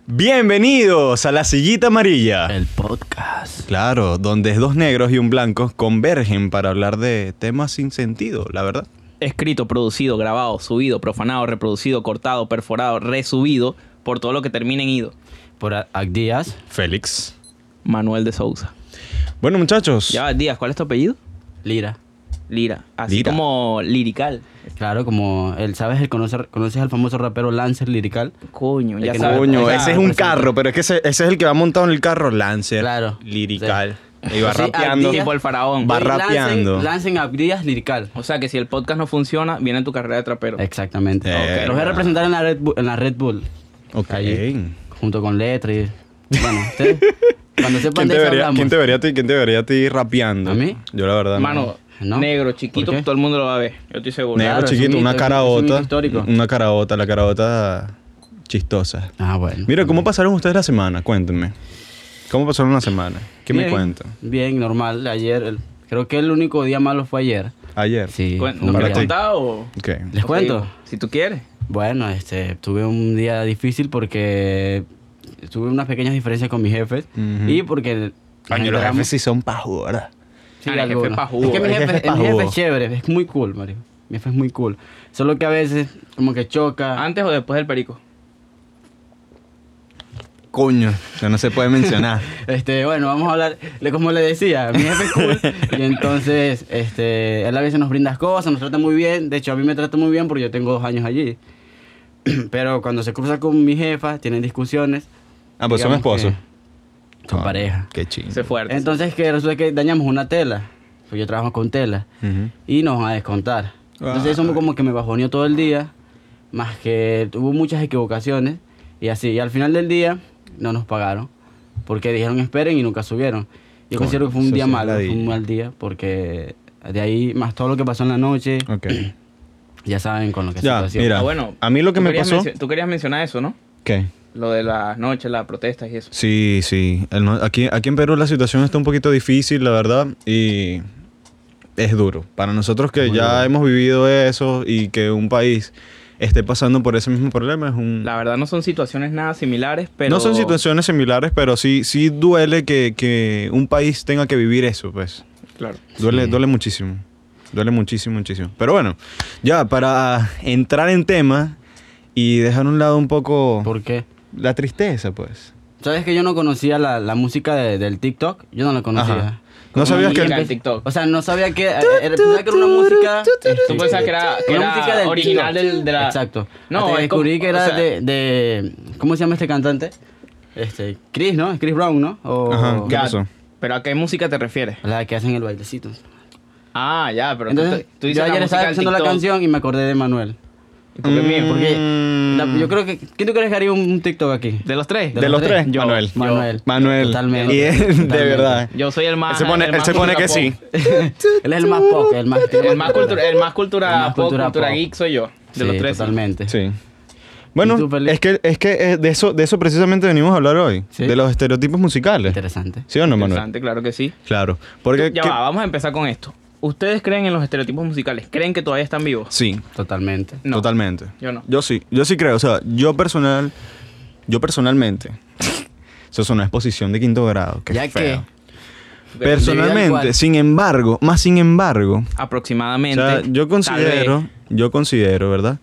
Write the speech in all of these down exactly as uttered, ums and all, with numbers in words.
Bienvenidos a La Sillita Amarilla. El podcast. Claro, donde dos negros y un blanco convergen para hablar de temas sin sentido, la verdad. Escrito, producido, grabado, subido, profanado, reproducido, cortado, perforado, resubido, por todo lo que termine en ido. Por Ac Díaz. Félix. Manuel de Sousa. Bueno, muchachos. Ya, Díaz, ¿cuál es tu apellido? Lira. Lira. Así Lira. como lirical. Claro, como él, ¿sabes? El conocer, ¿Conoces al famoso rapero Lancer Lirical? Coño, ya que sabes. Coño, o sea, ese es un presenta. carro, pero es que ese, ese es el que va montado en el carro, Lancer. Claro. Lirical. Y va Sí, rapeando. Ac Díaz. tipo el faraón. Va Oye, rapeando. Lancen, Lancen Ac Díaz Lirical. O sea que si el podcast no funciona, viene tu carrera de trapero. Exactamente. Eh, Los voy a representar en la Red Bull. En la Red Bull Ok. Allí. Junto con Letra y... Bueno, ustedes... Cuando sepan ¿Quién te, de eso vería, hablamos. ¿Quién te vería a ti, quién te vería a ti rapeando? ¿A mí? Yo la verdad no. Mano, ¿No? negro, chiquito, ¿Por qué? todo el mundo lo va a ver. Yo estoy seguro. Negro Claro, es un chiquito, hito, una es un- caraota. es un hito histórico. Una caraota, la caraota chistosa. Ah, bueno. Mira, ¿cómo pasaron ustedes la semana? Cuéntenme. ¿Cómo pasaron la semana? ¿Qué me Bien, cuentan? Bien, normal. Ayer, el- creo que el único día malo fue ayer. Ayer. Sí. Cuen- fue un ¿No para quieres ti. día- contar o...? Ok. ¿Les cuento? Ok, si tú quieres. Bueno, este, tuve un día difícil porque tuve unas pequeñas diferencias con mis jefes Ujú. y porque... nos Coño, los enteramos- jefes sí son pajudos, ¿verdad? Sí, Ah, el jefe algunos. pajudo. Es que mi El jefe, jefe mi jefe pajudo. es chévere, es muy cool, Mario. Mi jefe es muy cool. Solo que a veces como que choca. ¿Antes o después del perico? Coño, eso no se puede mencionar. Este, bueno, vamos a hablar, le- como le decía, mi jefe es cool y entonces este, él a veces nos brinda cosas, nos trata muy bien. De hecho, a mí me trata muy bien porque yo tengo dos años allí. Pero cuando se cruza con mi jefa, tienen discusiones. Ah, pues son digamos esposos. que Son Ah, pareja. Qué chingo. Ese fuerte. Entonces que resulta que dañamos una tela, pues yo trabajo con tela, Ujú. y nos van a descontar. Entonces Ah. eso como que me bajoneó todo el día, más que tuvo muchas equivocaciones, y así, y al final del día no nos pagaron, porque dijeron esperen y nunca subieron. Yo Coño, considero que fue un eso día sí es malo, fue ladilla. un mal día, porque de ahí, más todo lo que pasó en la noche, Ok. ya saben con lo que Ya, situación. mira. Ah, bueno. A mí lo que tú me querías pasó- mencio- Tú querías mencionar eso, ¿no? ¿Qué? Lo de las noches, las protestas y eso. Sí, sí. El no- aquí, aquí en Perú la situación está un poquito difícil, la verdad, y es duro. Para nosotros que Muy ya duro. hemos vivido eso y que un país esté pasando por ese mismo problema es un... La verdad no son situaciones nada similares, pero... No son situaciones similares, pero sí, sí duele que, que un país tenga que vivir eso, pues. Claro. Duele, Sí. duele muchísimo. Duele muchísimo, muchísimo. Pero bueno, ya para entrar en tema y dejar a un lado un poco ¿Por qué? la tristeza, pues. ¿Sabes que yo no conocía la, la música de- del TikTok? Yo no la conocía. Ajá. No Como sabías que... música el- en TikTok. O sea, no sabía que... eh, era, pensaba que era una música... Tú pensabas que era, que Una era música del original TikTok. del, de la... Exacto. No, Hasta que es como- descubrí que o era sea- de, de... ¿Cómo se llama este cantante? Este... Chris, ¿no? Es Chris Brown, ¿no? O... Ajá, ¿qué Ya, pasó? ¿Pero a qué música te refieres? La que hacen el bailecito. Ah, ya, pero Entonces, tú, tú dices yo la ayer música estaba del escuchando la TikTok. canción y me acordé de Manuel. ¿Y por qué mío? Porque Mm. la- yo creo que... ¿Quién tú crees que haría un, un TikTok aquí? ¿De los tres? De los tres, Yo. Manuel. Manuel. Manuel. Totalmente. Y él, de Totalmente. verdad. Yo soy el más... Él se pone, el él más se pone cultura que pop. sí. Él es el más pop, el más... El más, cultura, el más cultura El más pop, cultura cultura pop. geek soy yo. De Sí, los tres. sí. totalmente. Sí. Bueno, ¿Y tú, Felipe? es que, es que eh, de, eso, de eso precisamente venimos a hablar hoy. Sí. De los estereotipos musicales. Interesante. ¿Sí o no, Manuel? Interesante, claro que sí. Claro. Porque... Ya ¿qué- va, vamos a empezar con esto. ¿Ustedes creen en los estereotipos musicales? ¿Creen que todavía están vivos? Sí, Totalmente. No. totalmente. Yo no. Yo sí, yo sí creo. O sea, yo personal... Yo personalmente... Eso es una exposición de quinto grado. Qué Ya feo. que... Personalmente, cual. sin embargo, más sin embargo... O Aproximadamente. sea, yo tal considero, vez. yo considero, ¿verdad?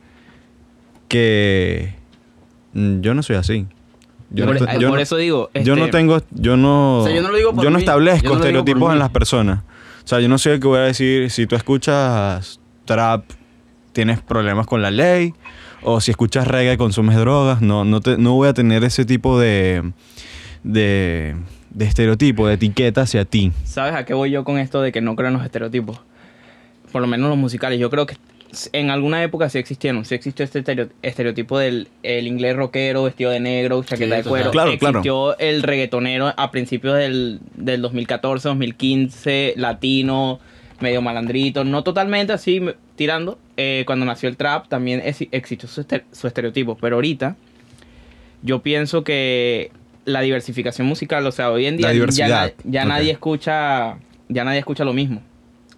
Que mm, yo no soy así. Yo por, no, te- eh, yo por no- eso digo. yo no este, tengo, yo no, O sea, yo no lo digo por yo no mí, establezco yo no lo digo por estereotipos en mí. las personas. O sea, yo no soy el que voy a decir si tú escuchas trap tienes problemas con la ley o si escuchas reggae consumes drogas. No, no te, no voy a tener ese tipo de de de estereotipo, de etiqueta hacia ti. ¿Sabes a qué voy yo con esto de que no creo en los estereotipos? Por lo menos los musicales. Yo creo que en alguna época sí existieron. Sí existió este estereo- estereotipo del el inglés rockero vestido de negro, chaqueta Sí, de cuero. total. Claro, claro. Existió el reggaetonero a principios del, del dos mil catorce, dos mil quince, latino, medio malandrito. No totalmente así, me- tirando. Eh, cuando nació el trap también es- existió su, este- su estereotipo. Pero ahorita yo pienso que la diversificación musical, o sea, hoy en día La ya, diversidad. na- ya Ok. nadie escucha ya nadie escucha lo mismo.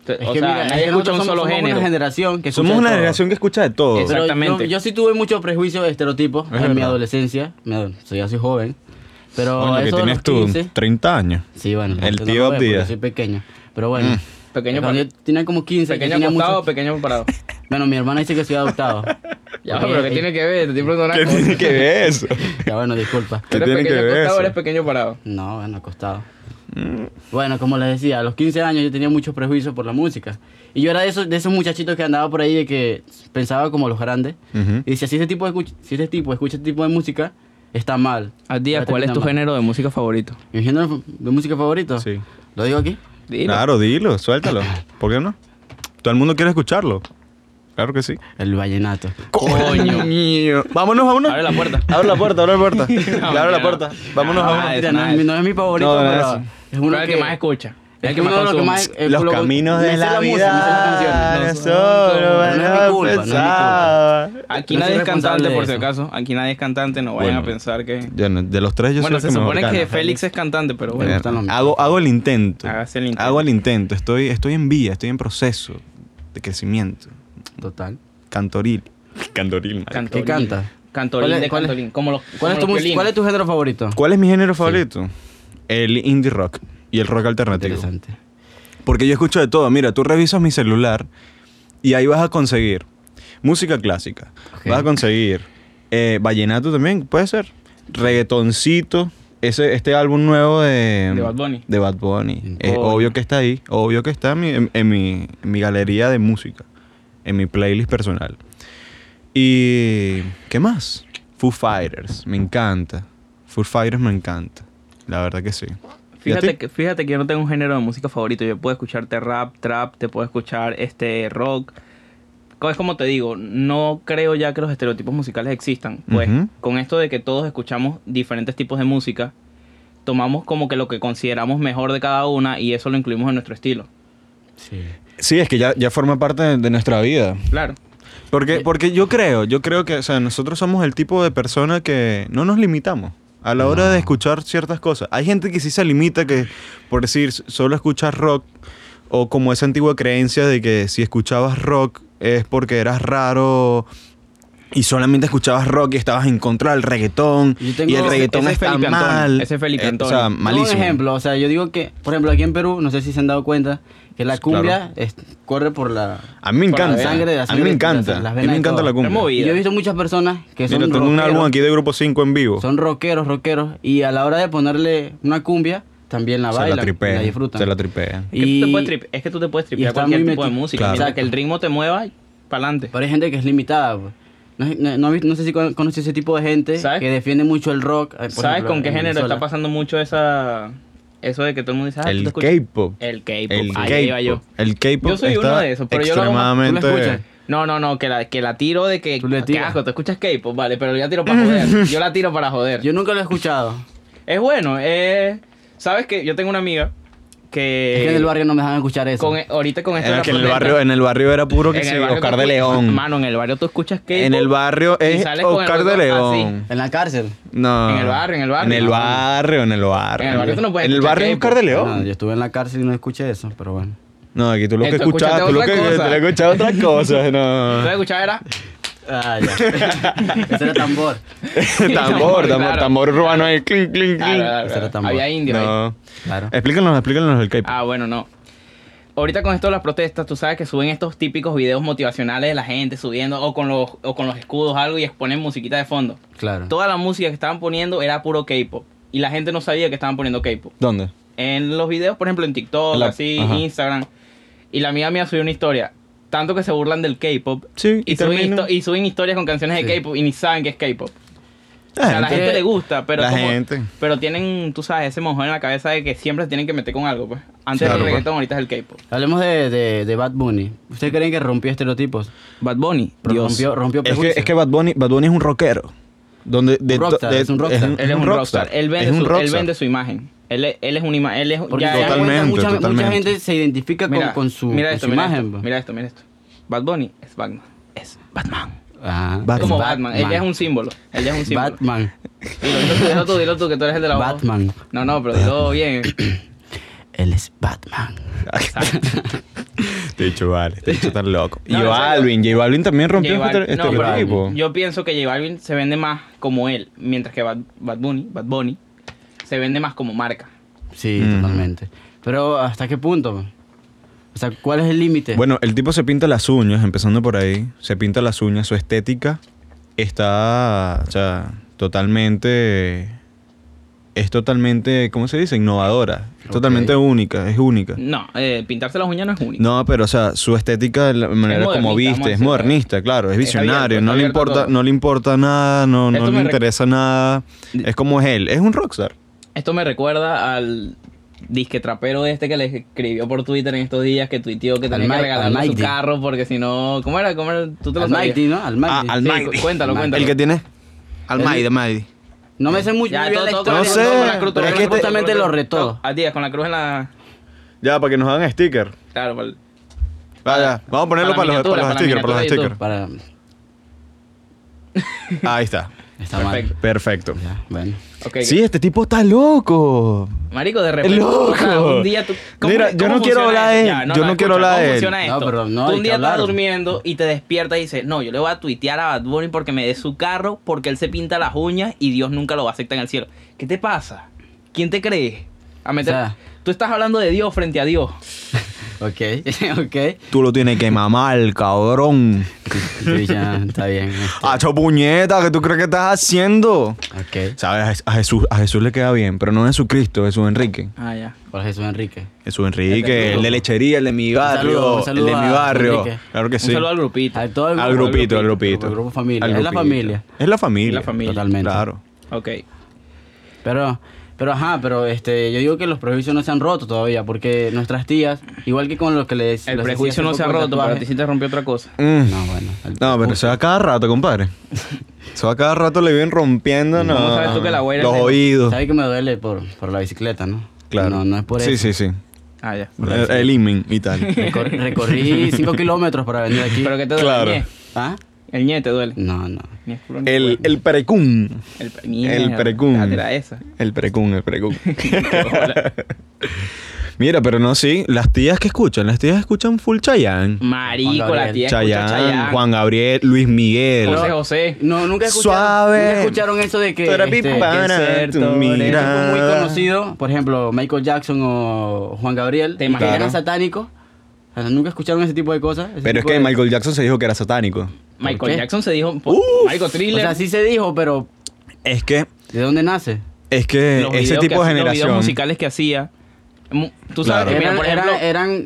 Te- Es o que sea, mira, es nadie que escucha un nosotros solo somos, somos género. una generación que Somos escucha una de todo. generación que escucha de todo. Eso. Pero Exactamente. Yo, yo sí tuve muchos prejuicios de estereotipos Es en verdad. mi adolescencia. Mi ado- soy ya soy joven. Pero Coño, que eso de tienes los tú quince, treinta años. sí, bueno. la El gente no tío lo ve porque Díaz. soy pequeño. Pero bueno. Mm. Pequeño, Cuando pa- yo tenía como quince, yo pequeño tenía acostado o mucho... pequeño parado. Bueno, mi hermana dice que soy adoptado. Ya, Porque pero ¿qué ella- tiene que ver? Te estoy preguntando ¿Qué una cosa. tiene que ver eso? Ya bueno, disculpa. ¿Qué ¿Eres tiene que pequeño ver acostado o eso? eres pequeño parado? No, bueno, acostado. Bueno, como les decía, a los quince años yo tenía muchos prejuicios por la música. Y yo era de esos, de esos muchachitos que andaba por ahí de que pensaba como los grandes. Ujú. Y decía, si este tipo escucha, si este tipo escucha este tipo de música, está mal. Al día, Fíjate ¿cuál que es está tu mal. género de música favorito? ¿Mi género de música favorito? Sí. ¿Lo digo aquí? Dilo. Claro, dilo, suéltalo. ¿Por qué no? Todo el mundo quiere escucharlo. Claro que sí. El vallenato. Coño. mío. Vámonos, vámonos. Abre la puerta. Abre la puerta, abre la puerta. abre la mentira, puerta. Vámonos, Ah, vámonos. es Mira, no, es, mi- no es mi favorito, No, no es pero eso. es uno ¿Cuál es el que más escucha? Es que uno de los que más... eh, Los lo- caminos me de sé la música, me sé las vida. canciones. No solo Pero no es mi van a culpa, no es mi pensar. Aquí No nadie soy es responsable cantante, de por si eso. acaso. Aquí nadie es cantante, no vayan Bueno. a pensar que... Yo no- de los tres yo Bueno, soy se el que mejor supone que canta. Félix es cantante, pero Me bueno. gustan los- Hago, hago el intento. Hágase el intento. Hago el intento. Estoy, estoy en vía, estoy en proceso de crecimiento. Total. Cantoril. Cantoril, marico. Cantorín. ¿Qué canta? Cantorín ¿Cuál es- de cuál es- Cantorín. Como los, ¿Cuál es, como tu, los mus- violines. ¿Cuál es tu género favorito? ¿Cuál es mi género favorito? El indie rock y el rock alternativo. Interesante. Porque yo escucho de todo. Mira, tú revisas mi celular y ahí vas a conseguir música clásica. Ok. Vas a conseguir eh, vallenato también, puede ser. Reggaetoncito. Ese, este álbum nuevo de... De Bad Bunny. De Bad Bunny. Es Coño. obvio que está ahí. Obvio que está en mi, en, en mi, en mi galería de música. En mi playlist personal. Y... ¿Qué más? Foo Fighters. Me encanta. Foo Fighters me encanta. La verdad que sí. ¿Y a Fíjate ti? que, fíjate que yo no tengo un género de música favorito. Yo puedo escucharte rap, trap, te puedo escuchar este rock. Es como te digo, no creo ya que los estereotipos musicales existan. Pues Ujú. con esto de que todos escuchamos diferentes tipos de música, tomamos como que lo que consideramos mejor de cada una y eso lo incluimos en nuestro estilo. Sí. Sí, es que ya, ya forma parte de, de nuestra vida. Claro. Porque, porque yo creo, yo creo que, o sea, nosotros somos el tipo de persona que no nos limitamos a la hora No. de escuchar ciertas cosas. Hay gente que sí se limita, que por decir, solo escuchas rock, o como esa antigua creencia de que si escuchabas rock es porque eras raro y solamente escuchabas rock y estabas en contra del reggaetón Yo tengo- y el reggaetón ese es está Felipe Antonio, mal. ese es Felipe Eh, o Antonio. sea, Tengo malísimo. un ejemplo, o sea, yo digo que, por ejemplo, aquí en Perú, no sé si se han dado cuenta, que la cumbia Claro. es- corre por la... A mí me por la encanta. sangre, la a mí sangre, me las- encanta. las A mí venas me y encanta todo. la cumbia. Es movida. Y yo he visto muchas personas que son Mira, tengo un rockeros, álbum aquí de Grupo cinco en vivo. son rockeros, rockeros, y a la hora de ponerle una cumbia, también la se bailan, la y la tripean. disfrutan. Se la tripean. Es que, tú te Y- puedes trip- es que tú te puedes y tripear está cualquier muy tipo de meti- música. Claro. Mientras que el ritmo te mueva, para adelante. Pero hay gente que es limitada, pues. No, no, no, no sé si con- conoces ese tipo de gente ¿Sabes? que defiende mucho el rock. eh, por ¿Sabes ejemplo, con qué en género Venezuela. está pasando mucho esa eso de que todo el mundo dice, ah, ¿tú te El escuchas? K-pop. El K-pop. El Ahí iba yo. K-pop. El K-pop Yo soy está uno de esos, pero yo lo hago más- ¿tú lo extremadamente... escuchas? No, no, no, que la, que la tiro de que, Tú le qué tiras. asco, te escuchas K-pop, vale, pero yo la tiro para joder. Yo la tiro para joder. Yo nunca lo he escuchado. Es bueno, es... ¿Sabes qué? Yo tengo una amiga que... es que en el barrio no me dejan escuchar eso. con, ahorita con esto de Era la que en el protesta, barrio, en el barrio era puro que en sí, el barrio Oscar tú de escuchas- León. Mano, en el barrio tú escuchas K-pop. En el barrio y es sales con el Oscar de hueco León. En la cárcel. No. En el barrio, en el barrio. En el No. barrio, en el barrio. En el barrio tú no puedes En el escuchar barrio es K-pop. Oscar de No, León. yo estuve en la cárcel y no escuché eso, pero bueno. No, aquí tú lo que Eh, tú escuchabas, escuchaste tú lo que otra cosa. tú lo escuchabas otras cosas, no. ¿Tú escuchabas era? Ah, ya. Ese era tambor. tambor, tambor, Claro. tambor urbano ahí, clink, clink, Claro, clink. claro, Ese claro. era tambor. Había indio ahí. No. Claro. Explícanos, explícanos el K-pop. Ah, bueno, no. Ahorita con esto de las protestas, tú sabes que suben estos típicos videos motivacionales de la gente subiendo o con los, o con los escudos algo y exponen musiquita de fondo. Claro. Toda la música que estaban poniendo era puro K-pop. Y la gente no sabía que estaban poniendo K-pop. ¿Dónde? En los videos, por ejemplo, en TikTok, La- así, ajá. Instagram. Y la amiga mía subió una historia. Tanto que se burlan del K-pop. Sí, Y, y suben termina- histo- y suben historias con canciones de Sí. K-pop y ni saben que es K-pop. La O sea, a la gente- gente le gusta, pero la como- gente. pero tienen, tú sabes, ese mojón en la cabeza de que siempre se tienen que meter con algo, pues. Antes Claro, del pues. reggaetón, ahorita es el K-pop. Hablemos de, de, de Bad Bunny. ¿Ustedes creen que rompió estereotipos? Bad Bunny, Rompió, rompió Es que, prejuicios. es que Bad Bunny, Bad Bunny es un rockero. Donde de Un rockstar, to- de- es un rockstar. Él es un rockstar. Él vende, Es un su, él rockstar. vende su imagen. Él, es- él es una imagen. Él es Porque ya- se dan cuenta, Totalmente, mucha, mucha totalmente. gente se identifica con, mira, con su, mira con esto, su mira imagen. esto, pues. mira esto, mira esto. Bad Bunny es Batman. Es Batman. Ah, Batman. Como es Batman. Él ya es un símbolo. Él ya es un símbolo. Batman. Dilo, dilo tú, dilo tú, dilo tú, que tú eres el de la voz. Batman. No, no, pero dilo bien. Él es Batman. Te he dicho, vale, te he dicho tan loco. Y No, en serio. Balvin, J Balvin también rompió J Balvin- este no, pero estereotipo. yo pienso que J Balvin se vende más como él, mientras que Bad, Bad Bunny, Bad Bunny se vende más como marca. Sí, Mm. totalmente. Pero ¿hasta qué punto? O sea, ¿cuál es el límite? Bueno, el tipo se pinta las uñas, empezando por ahí. Se pinta las uñas, su estética está, o sea, totalmente... Es totalmente, ¿cómo se dice? Innovadora. Es Ok. totalmente única, es única. No, eh, pintarse las uñas no es único. No, pero o sea, su estética, la manera como modernista, viste, vamos a es decirlo. modernista, claro, es Es visionario, abierto, no está le abierto a importa, todo. no le importa nada, no, Esto no le me rec- interesa nada, es como es él, es un rockstar. Esto me recuerda al disque trapero este que le escribió por Twitter en estos días, que tuiteó que Al tenía Mi- que regalarle al su Mighty. carro porque si no... ¿Cómo era? ¿Cómo era? ¿Tú te lo Al sabías? Mighty, ¿no? Al Mighty. Ah, al Sí, Mighty. cu- cuéntalo, cuéntalo. El que tiene al El- Mighty, Mighty. No me sé muy, Ya, muy bien todo, la todo historia. con No la- sé, todo con la cruz, todo pero con es la que cruz, te- todo con la justamente cruz. lo retó. A días con la cruz en la... Ya, para que nos hagan sticker. Claro, para el- Vaya, vamos a ponerlo para, para la los, para miniatura, los para la stickers, para los miniatura de stickers. Para... Ahí está. Está Perfecto. mal. Perfecto. Ya, bueno. Ok. Sí, este tipo está loco. Marico, de repente, ¡Loco! o sea, un día tú... Mira, yo no quiero funciona hablar de eso? él, Ya, yo no quiero hablar ¿cómo de él. funciona No, esto? pero no, Tú hay un que día estás hablar. durmiendo y te despiertas y dices, no, yo le voy a tuitear a Bad Bunny porque me dé su carro, porque él se pinta las uñas y Dios nunca lo va a aceptar en el cielo. ¿Qué te pasa? ¿Quién te cree? A meter... O sea- Tú estás hablando de Dios frente a Dios. Ok, ok. Tú lo tienes que mamar, cabrón. Sí, ya, está bien. este, ¡Hacho puñeta! ¿Qué tú crees que estás haciendo? Ok. ¿Sabes? A Jesús, a Jesús le queda bien, pero no Jesucristo, Jesús Enrique. Ah, ya. Por Jesús Enrique. Jesús Enrique, El el, del de lechería, el de mi barrio, saludo, un saludo el de mi a barrio. Enrique. Claro que Un sí. saludo al grupito. A todo el Al grupo, grupito, al al grupito. al grupo familia. Al Es la grupito. familia. Es la familia. La familia. Totalmente. Claro. Ok. Pero, pero ajá, pero este, yo digo que los prejuicios no se han roto todavía, porque nuestras tías, igual que con los que les El les prejuicio decía no se ha hace poco roto, el pero a tatuaje. ti sí te rompió otra cosa. Mm. No, bueno. el No, pero prejuicio. eso a cada rato, compadre. Eso a cada rato le vienen rompiendo no, ¿Cómo sabes tú que la güera los es de- oídos. Sabes que me duele por, por la bicicleta, ¿no? Claro. No, no es por sí, eso. Sí, sí, Ah, ya. El, el imen y tal. Recor- recorrí cinco kilómetros para venir aquí. ¿Pero qué te duele? Claro. El ñe. ¿Ah? El ñe te duele. No, no. Ñe es puro ñe, El, güey. el perecún. El, el precum. Ah, era esa. El perecún, el perecún. Mira, pero no, sí. Las tías que escuchan, las tías escuchan full Chayanne. Marico, Juan la Gabriel. tía escucha Chayanne, Chayanne. Juan Gabriel, Luis Miguel. José José. No, nunca escucharon, Suave. nunca escucharon eso de que, Tú eres mi este, pana, que ser tú todo mira. tipo muy conocido, por ejemplo, Michael Jackson o Juan Gabriel, ¿Te que imaginas? eran satánicos. O sea, nunca escucharon ese tipo de cosas. ese Pero es tipo que de- Michael Jackson se dijo que era satánico. Michael qué? Jackson se dijo. Uf. Marico O Thriller. sea, sí se dijo, pero Es que, ¿de dónde nace? es que los ese videos tipo que de hacía, Los videos generación. musicales que hacía. mu- Tú sabes Claro. que, mira, Eran, por ejemplo, eran, eran,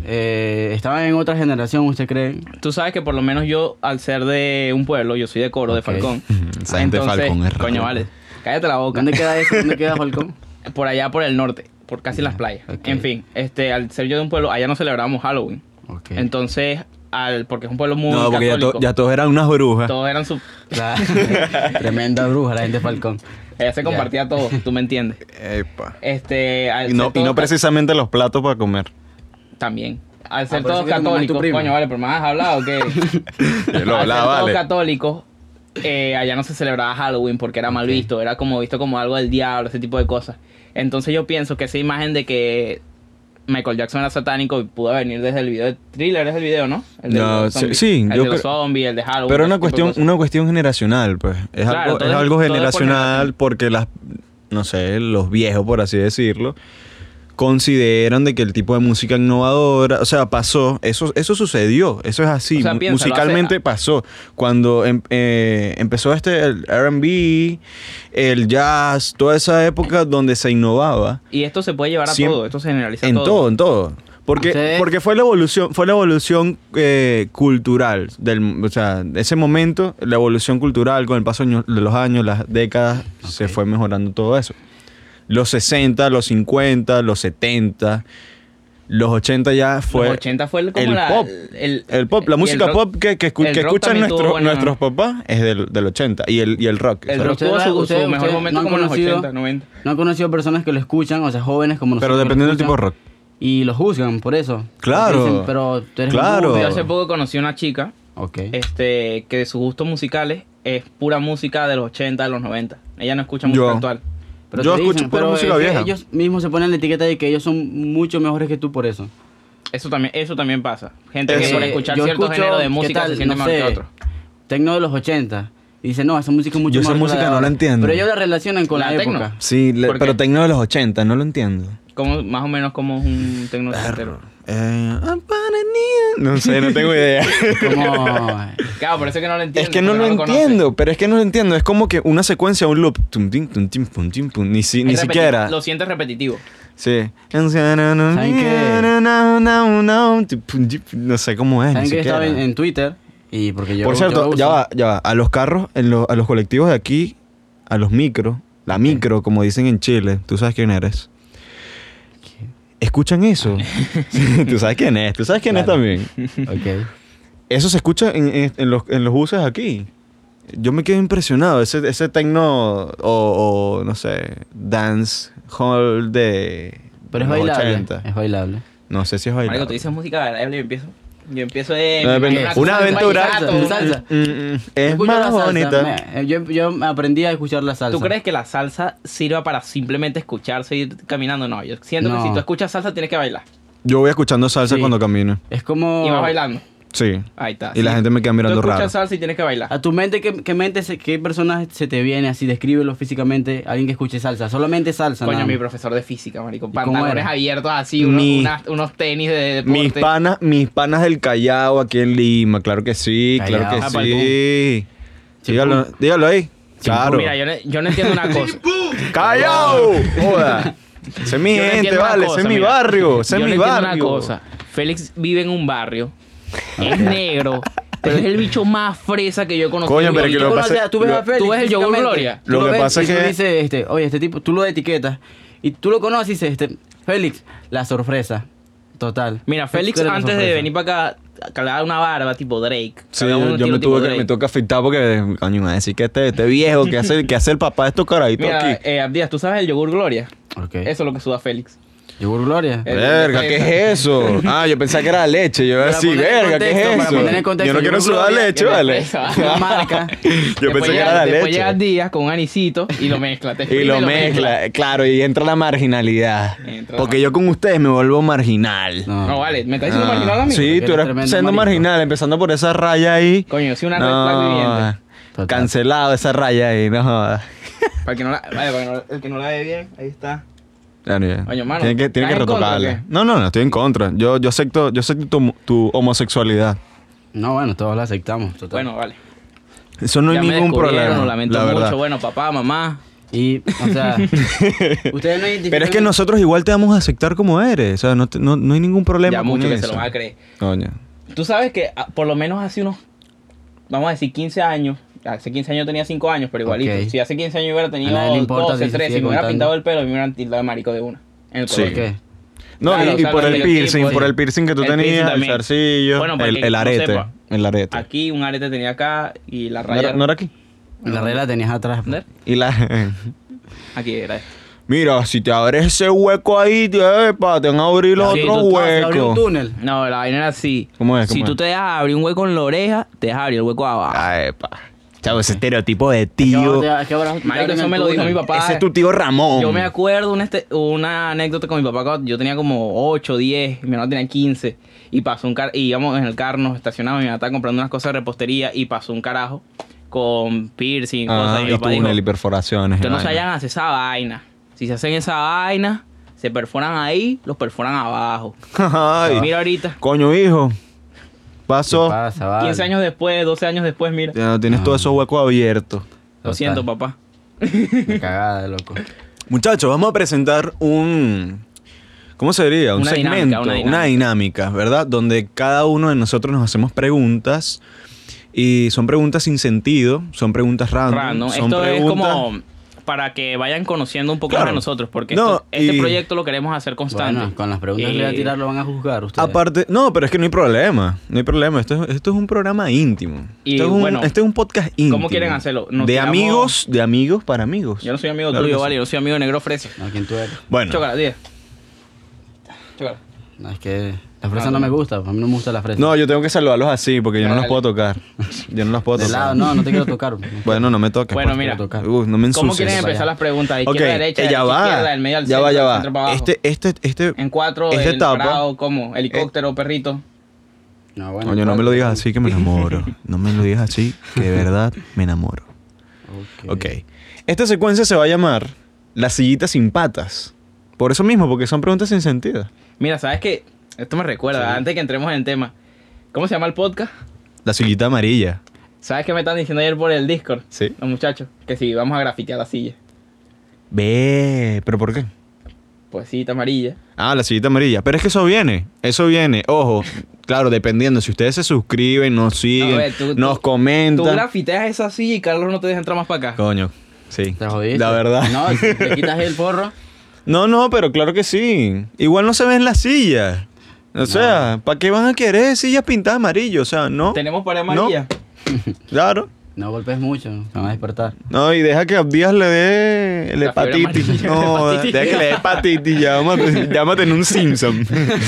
eh, estaban en otra generación, ¿usted cree? tú sabes que por lo menos yo, al ser de un pueblo, yo soy de Coro, de Ok. Falcón. Esa gente de Entonces, Falcón es raro. Coño, vale. Cállate la boca. ¿Dónde queda eso? ¿Dónde queda Falcón? Por allá, por el norte. Por casi las playas. ok. En fin, este, al ser yo de un pueblo, allá no celebramos Halloween. Ok. Entonces, al, porque es un pueblo muy No, porque ya, católico. to- ya todos eran unas brujas. Todos eran su... Claro. Tremenda bruja la gente de Falcón. Ella se Ya. compartía todo, tú me entiendes. Epa. Este, al Y no, ser y todos no ca- precisamente los platos para comer. También. Al ser por eso todos que tu mamá es tu católicos, prima. coño, vale, pero me has hablado que... Yo lo al hablaba, ser todos vale. católicos, eh, allá no se celebraba Halloween porque era mal Ok. visto, era como visto como algo del diablo, ese tipo de cosas. Entonces yo pienso que esa imagen de que Michael Jackson era satánico pudo venir desde el video de Thriller, es el video, ¿no? El de No, los sí, zombies. sí, el yo de los creo- zombies, el de Halloween. Pero ese una tipo de cuestión, cosas. una cuestión generacional, pues. Es Claro, algo, todo es es- algo todo es por generacional generación. porque las, no sé, los viejos, por así decirlo, consideran de que el tipo de música innovadora, o sea, pasó, eso, eso sucedió, eso es así, O sea, mu- piénsalo, musicalmente hace- pasó. Cuando em- eh, empezó este, el R and B, el jazz, toda esa época donde se innovaba, Y esto se puede llevar a Siempre- todo, esto se generaliza a en todo. todo, en todo. Porque, Ustedes- porque fue la evolución, fue la evolución eh, cultural del, o sea, ese momento, la evolución cultural con el paso año- de los años, las décadas, se Ok. fue mejorando todo eso. Los sesenta, los cincuenta, los setenta, los ochenta ya fue Los ochenta fue el, como el la, pop. El, el pop, la y el música rock- pop que, que, escu- el que rock escuchan también tuvo nuestro- buena- nuestros papás es del, del ochenta y el, y el rock. El o sea, rock ustedes- tuvo su, su ustedes- mejor ustedes momento no han como en los conocido- ochenta, noventa. No han conocido personas que lo escuchan, o sea, jóvenes como nosotros. pero que lo dependiendo del tipo de escuchan, rock. Y lo juzgan por eso. Claro. Dicen, pero tú eres un Claro. boomer. Yo hace poco conocí una chica Ok. este, que de sus gustos musicales es pura música de los ochenta, de los noventa. Ella no escucha música Yo. actual. Pero Yo te escucho dicen, pura pero música es que vieja. ellos mismos se ponen la etiqueta de que ellos son mucho mejores que tú por eso. Eso también, eso también pasa. Gente que Eso. por escuchar Yo cierto escucho, género de ¿qué música tal? se siente No mejor sé, que otro. Tecno de los ochenta. Y dice, no, esa música es mucho Yo esa mejor que música de no la ahora. entiendo. Pero ellos la relacionan con la, ¿La tecno? época. Sí, le- ¿Por qué? pero tecno de los ochenta, no lo entiendo. Como, más o menos como es un tecno Perro. Eh, no sé, no tengo idea. Como... Claro, por eso es que no lo entiendo. Es que no lo entiendo, pero es que no lo entiendo. Es como que una secuencia, un loop. Tum, tim, tum, tim, pum, tim, pum. Ni, si- ni siquiera. Lo sientes repetitivo. Sí. qué? No sé cómo es. Ni ¿Saben que yo estaba en, siquiera. en Twitter? Y porque yo, Por yo cierto, uso- ya va, ya va. A los carros, en lo- a los colectivos de aquí, a los micros, la micro, como dicen en Chile, tú sabes quién eres. ¿Escuchan eso? Tú sabes quién es, tú sabes quién Claro. es también. Ok. Eso se escucha en, en- en los, en los buses aquí. Yo me quedo impresionado. Ese, ese tecno o, o, no sé, dance hall de Pero es los bailable. ochenta. Es bailable. No sé si es bailable. Marico, tú dices música bailable y yo empiezo. Yo empiezo de. No, me depende. imagino Una cosa de aventura. vallenato, Mm, una- salsa. Mm, mm, Yo es escucho la más salsa, bonita. me- yo, yo aprendí a escuchar la salsa. ¿Tú crees que la salsa sirva para simplemente escucharse y ir caminando? No, yo siento No. que si tú escuchas salsa tienes que bailar. Yo voy escuchando salsa Sí. cuando camino. Es como... Y vas bailando. Sí. Ahí está. Y la gente me queda mirando Tú escuchas raro. salsa y tienes que bailar. A tu mente, ¿qué, qué mente, se- qué personaje se te viene así? Descríbelo físicamente. Alguien que escuche salsa. Solamente salsa. Coño, nada mi más. profesor de física, marico. ¿Y cómo Pantalones era? abiertos así, unos, Mi- unas- unos tenis de deporte. Mis panas, mis panas del Callao aquí en Lima, claro que sí, Callao. claro que Ah, sí. Chimpún. Dígalo, dígalo ahí. Claro. Mira, yo no, yo no entiendo una cosa. ¡Callao! Joda. Ese es mi Yo no gente, entiendo una vale. cosa, ese es mi mira. barrio. Ese Yo es no mi entiendo barrio. una cosa. Félix vive en un barrio. Es negro. Pero es el bicho más fresa que yo he conocido. Coño, pero Y que yo lo Tú que conoces pasa- a- tú ves lo- a Félix ¿Tú ves el yogur físicamente. Gloria? Tú Lo que ves pasa y es tú que- dices, este, oye, este tipo, tú lo etiquetas. Y tú lo conoces y dices, este, Félix, la sorpresa. Total. Mira, Félix Tú eres la antes de sorpresa. venir para acá, calaba una barba tipo Drake. Sí, Calaba un yo, yo estilo me tipo tuve que, Drake. me toca afeitar porque, coño, me va a decir que este, este viejo, que hace, que hace el papá de estos carajitos Mira, aquí. eh, Abdías, ¿tú sabes el yogur Gloria? Ok. Eso es lo que suda Félix. Yogur Gloria. Eh, Verga, ¿qué es eso? Ah, yo pensaba que era leche. Yo iba a Para decir, poner en verga, ¿qué es contexto, para eso? poner en contexto, Yo no quiero Yogur sudar Gloria, leche, que ¿vale? después- Una marca. Yo Después pensé que llega- era la Después leche. llega Díaz con un anisito y lo mezcla. te Y exprime lo mezcla, claro, y entra la marginalidad. Entra la Porque yo con ustedes me vuelvo marginal. No. No, vale, ¿me estás diciendo Ah, marginal a mí? sí, Porque tú eres eres tremendo siendo marico. marginal, empezando por esa raya ahí. Coño, yo soy una red flag viviente. Total. Cancelado esa raya ahí, no jodas. Para el que no la, vale, para que no- el que no la ve bien, ahí está. Claro, ya. Coño, mano, tiene que, tiene que ¿estás en contra o retocarla. qué? No, no, no, estoy en contra. Yo, yo acepto, yo acepto tu, tu homosexualidad. No, bueno, todos la aceptamos. Total. Bueno, vale. Eso no Ya hay me ningún descubrieron, problema. Lo lamento la verdad. mucho. Bueno, papá, mamá. Y, o sea, ustedes no identifican... Pero es que nosotros igual te vamos a aceptar como eres. O sea, no, te- no, no hay ningún problema Ya con mucho que eso. se lo van a creer. Coño. Tú sabes que ah, por lo menos hace unos, vamos a decir, quince años. Hace quince años tenía cinco años, pero igualito. Ok. Si hace quince años hubiera tenido A nadie le importa doce, si se trece, sigue si me hubiera contando. pintado el pelo, me hubieran tildado de marico de una. En el Sí. colegio. ¿Qué? No, Claro, y, o y sea, por los el estereotipos, piercing, sí. por el piercing que tú El piercing tenías, el también. zarcillo, Bueno, para el, que el no arete. sepa. El arete. Aquí un arete tenía acá y la ¿No raya. era, no era aquí? Y la regla tenías atrás. ¿Dónde? Y la... Aquí era esto. Mira, si te abres ese hueco ahí, te, epa, te van a abrir los Sí, otros tú- ah, se abrió un huecos. túnel. No, la vaina era así. ¿Cómo es? Si ¿Cómo tú es? te dejas abrir un hueco en la oreja, te dejas abrir el hueco abajo. Ah, epa. Chavo, ese estereotipo de ¿Qué tío. ahora- qué ahora- Marico, te eso abren me el lo dijo mi túnel? papá. Ese es tu tío Ramón. Yo me acuerdo una, este- una anécdota con mi papá cuando yo tenía como ocho, diez, mi hermano tenía quince y pasó un car y íbamos en el carro, nos estacionamos, mi mamá estaba comprando unas cosas de repostería y pasó un carajo con piercing, cosas Ah, y mi y papá dijo, túnel y perforaciones. ustedes no se vaina. vayan a hacer esa vaina. Si se hacen esa vaina, se perforan ahí, los perforan abajo. Ay, Mira ahorita, coño, hijo. ¿Qué Pasó. pasa, vale? quince años después, doce años después, mira. Ya tienes todos esos huecos abiertos. Lo Total. siento, papá. Qué cagada, loco. Muchachos, vamos a presentar un... ¿Cómo se diría? Un Una segmento, dinámica, una una dinámica. dinámica, ¿verdad? Donde cada uno de nosotros nos hacemos preguntas y son preguntas sin sentido, son preguntas random. Random. son Esto es preguntas- como para que vayan conociendo un poco Claro. más de nosotros, porque No, esto- este y- proyecto lo queremos hacer constante. Bueno, con las preguntas que Y- le voy a tirar lo van a juzgar ustedes. Aparte, no, pero es que no hay problema, no hay problema. Esto es, esto es un programa íntimo. Y esto es un, bueno, este es un podcast íntimo. ¿cómo quieren hacerlo? Nos de tiramos- amigos, de amigos para amigos. Yo no soy amigo Claro que tuyo, sí. vale, yo no soy amigo de Negro Fresa. No, ¿quién tú eres? Bueno, Chócala, diez. Chócala. No, es que La fresa Ah, no no. me gusta, a mí no me gusta la fresa. No, yo tengo que saludarlos así porque yo no los Dale. puedo tocar. Yo no los puedo de tocar. lado, no, no te quiero tocar. Bueno, no me toques. Bueno, pues. mira. tocar. Uh, no me ensucies. ¿Cómo quieren Vaya. empezar las preguntas? ¿De Ok, izquierda a derecha, eh, de ya derecha a va. izquierda, del medio al ya centro, va, ya del va. centro para abajo? Este, este, este. En cuatro, esta el etapa- parado, ¿cómo? Helicóptero, perrito. No, bueno, Coño, no me lo digas claro. así que me enamoro. No me lo digas así que de verdad me enamoro. Ok. Esta secuencia se va a llamar La sillita sin patas. Por eso mismo, porque son preguntas sin sentido. Mira, ¿sabes qué? Esto me recuerda, Sí. antes que entremos en el tema. ¿Cómo se llama el podcast? La sillita amarilla. ¿Sabes qué me están diciendo ayer por el Discord? Sí. Los muchachos. Que si vamos a grafitear la silla. Ve, ¿pero por qué? Pues sillita amarilla. Ah, la sillita amarilla. Pero es que eso viene. Eso viene. Ojo. Claro, dependiendo. Si ustedes se suscriben, nos siguen, No, ve, tú- nos tú- comentan. Tú grafiteas esa silla y Carlos no te deja entrar más para acá. Coño. Sí. Te jodiste. La verdad. No, si le quitas el forro. No, no, pero claro que sí. Igual no se ven las sillas. O sea, ¿para qué van a querer sillas pintadas amarillo? O sea, no. Tenemos pared amarilla. Claro. No golpes mucho, se van a despertar. No, y deja que a Abdías le dé el La fiebre hepatitis. amarilla. No, Hepatitis. deja que le dé hepatitis. Llámate, llámate en un Simpson.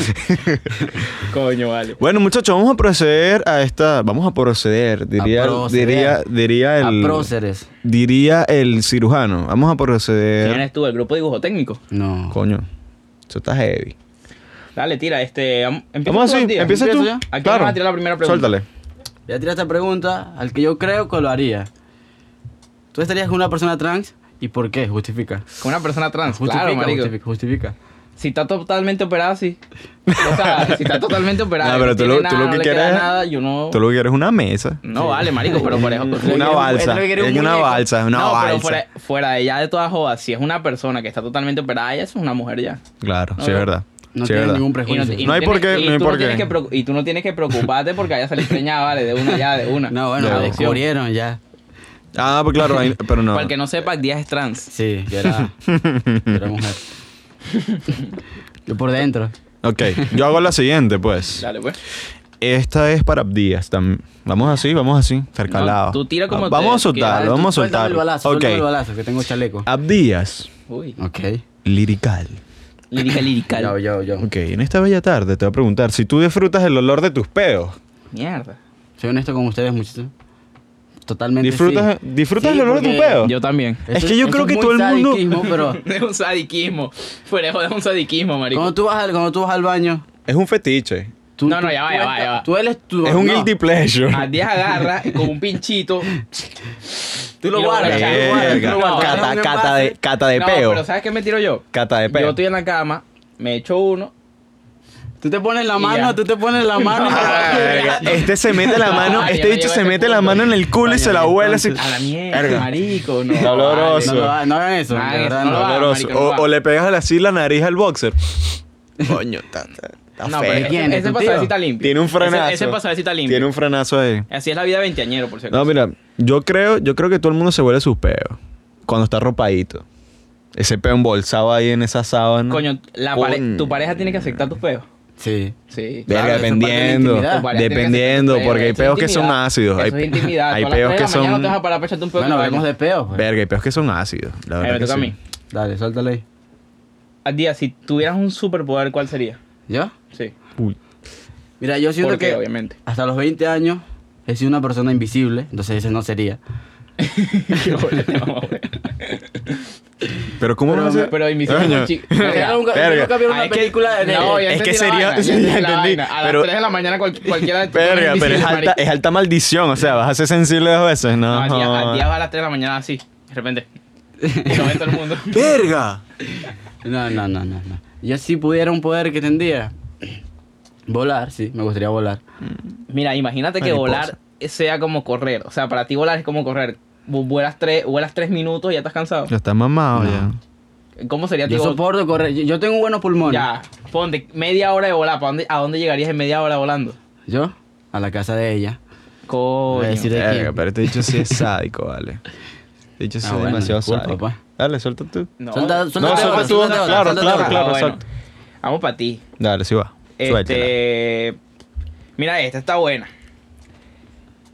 Coño, vale. Bueno, muchachos, vamos a proceder a esta. Vamos a proceder, diría, A proceder. diría, diría el. A próceres. Diría el cirujano. Vamos a ¿Quién proceder. eres tú? ¿El grupo de dibujo técnico? No. Coño, eso está heavy. Dale, tira, este... am- Empieza Vamos tú, así, Abdías. empieza tú. ¿Empiezo ya? ¿A quién vas a tirar la primera pregunta? Suéltale. Voy a tirar esta pregunta al que yo creo que lo haría. ¿Tú estarías con una persona trans? ¿Y por qué? Justifica. Con una persona trans. Justifica, Claro, marico. justifica, justifica. Si está totalmente operada, sí. O sea, si está totalmente operada, No, y pero no tú tiene lo- tú nada, lo no que le queda quieres- nada, yo no... Tú lo que quieres es una mesa. No vale, marico, pero por ejemplo... Una balsa. Él lo que quiere es un Es una muñeco. balsa, una no, balsa. pero fuera, fuera de ya de todas jodas, si es una persona que está totalmente operada, ella es una mujer ya. Claro, No, sí, es no. verdad. No Sí, es tiene verdad. ningún Y prejuicio. y No hay tienes- por qué, y no hay tú por tienes qué. que preocu- y tú no tienes que preocuparte porque haya salido preñada, vale, de una ya, de una. No, bueno, Ya. lo descubrieron ya. Ah, pues claro, ahí- pero no. Para el que no sepa, Díaz es trans. Sí, yo era, yo era mujer. Yo por dentro. Ok, yo hago la siguiente, pues. Dale, pues. Esta es para Abdías. tam- Vamos así, vamos así, intercalado. No, tú tira como Ah, Vamos a te- soltarlo, Dale, vamos a tú suéltame soltarlo. el balazo, Ok, suéltame el balazo, que tengo chaleco. Abdías, Uy. Ok. lirical. Lírica, lirical. Yo, yo, yo. Ok, en esta bella tarde te voy a preguntar si tú disfrutas el olor de tus peos. Mierda. Soy honesto con ustedes, muchachos. Totalmente ¿Disfrutas, sí. ¿disfrutas Sí, el olor de tus porque- peos? Yo también. Es Eso- que yo eso creo que muy todo el mundo- sadiquismo, pero Es un sadiquismo. Fuera de un sadiquismo, marico. cuando tú, vas al, cuando tú vas al baño... Es un fetiche. Tú, No, no, tú- ya va, tú ya va, estás- ya va. Tú eres tu... Es un no, guilty pleasure. A Díaz agarra con un pinchito. Tú lo y lo guardas, tú guardas. lo guardas, tú Verga. lo guardas. Cata, Agarras un cata de, envase. cata de no, peo. pero ¿sabes qué me tiro yo? Cata de Yo peo. estoy en la cama, me echo uno. Tú te pones la Y mano, ya. tú te pones la mano. Ah, verga. Este se mete la mano, Ay, este ya me bicho llevo se ese mete la punto. mano en el culo y se la Vaya, huele así. entonces. A la mierda, Verga. marico. No, Está oloroso. No, lo hagan- no hagan eso. No hagan de eso, verdad, no no. lo hagan. Oloroso. marico, no O, va. o le pegas así la nariz al boxer. Coño, está, está, está No, feo. pero ¿Quién? ese, ¿Es ese tu pasadecito tío? está limpio. Tiene un frenazo. Ese, ese pasadecito está limpio. Tiene un frenazo ahí. Así es la vida veinteañero, por cierto. No, mira, yo creo, yo creo que todo el mundo se huele sus peos cuando está arropadito. Ese peo embolsado ahí en esa sábana. Coño, la pare- Coño. tu pareja tiene que aceptar tus peos. Sí. Sí. Verga, Claro, eso es parte de la dependiendo. intimidad. Tu pareja tiene que Dependiendo, aceptar tus porque hay Eso es peos que son intimidad. ácidos. Eso Hay, es intimidad. hay Tú a las peos tres que de la mañana son. no te vas a parar para echarte un peo. Bueno, en el hablemos baño. de peos. Pues. Verga, hay peos que son ácidos. La A verdad ver, que toca a sí. mí. Dale, suéltale ahí. Adía, si tuvieras un superpoder, ¿cuál sería? ¿Yo? Sí. Uy. Mira, yo siento ¿Por qué, que obviamente? hasta los veinte años he sido una persona invisible, entonces ese no sería. Qué bolete, mamá, güey. Pero ¿cómo Pero vas a hacer? Pero invisible es Coño. muy chico. Yo nunca, yo Verga. nunca vi una Ah, es que- película de... no, ya Es que entendí la sería- vaina, sí, ya ya entendí la entendí, vaina. A pero- las tres de la mañana cual- cualquiera de Verga, pero es invisible, alta, marico. es alta maldición. O sea, vas a ser sensible dos veces. No. No, Adía, jodas. Adía va a las tres de la mañana así, de repente. Y lo ve todo el mundo. ¡Verga! No, no, no, no, no. Yo si pudiera un poder que tendría... Volar, sí, me gustaría volar. Mira, imagínate que Mariposa. volar sea como correr. O sea, para ti volar es como correr. Vu- Vuelas tres, vuelas tres minutos y ya estás cansado. Ya está mamado No. ya. ¿Cómo sería Yo tu soporto correr. Yo, yo tengo buenos pulmones. Ya, ponte media hora de volar. ¿Para dónde, ¿A dónde llegarías en media hora volando? ¿Yo? A la casa de ella. Coño. Voy a decir de Verga, quién. pero este dicho sí es sádico, vale. Este dicho sí Ah, es bueno, demasiado disculpa, sádico. papá. Dale, suelta tú. No, Suelta- No, suéltate suelta otra, tú. suéltate otra, Claro, suéltate claro, otra. claro. Ah, bueno. exacto. Vamos para ti. Dale, sí va. Suéltela. Este. Mira, esta está buena.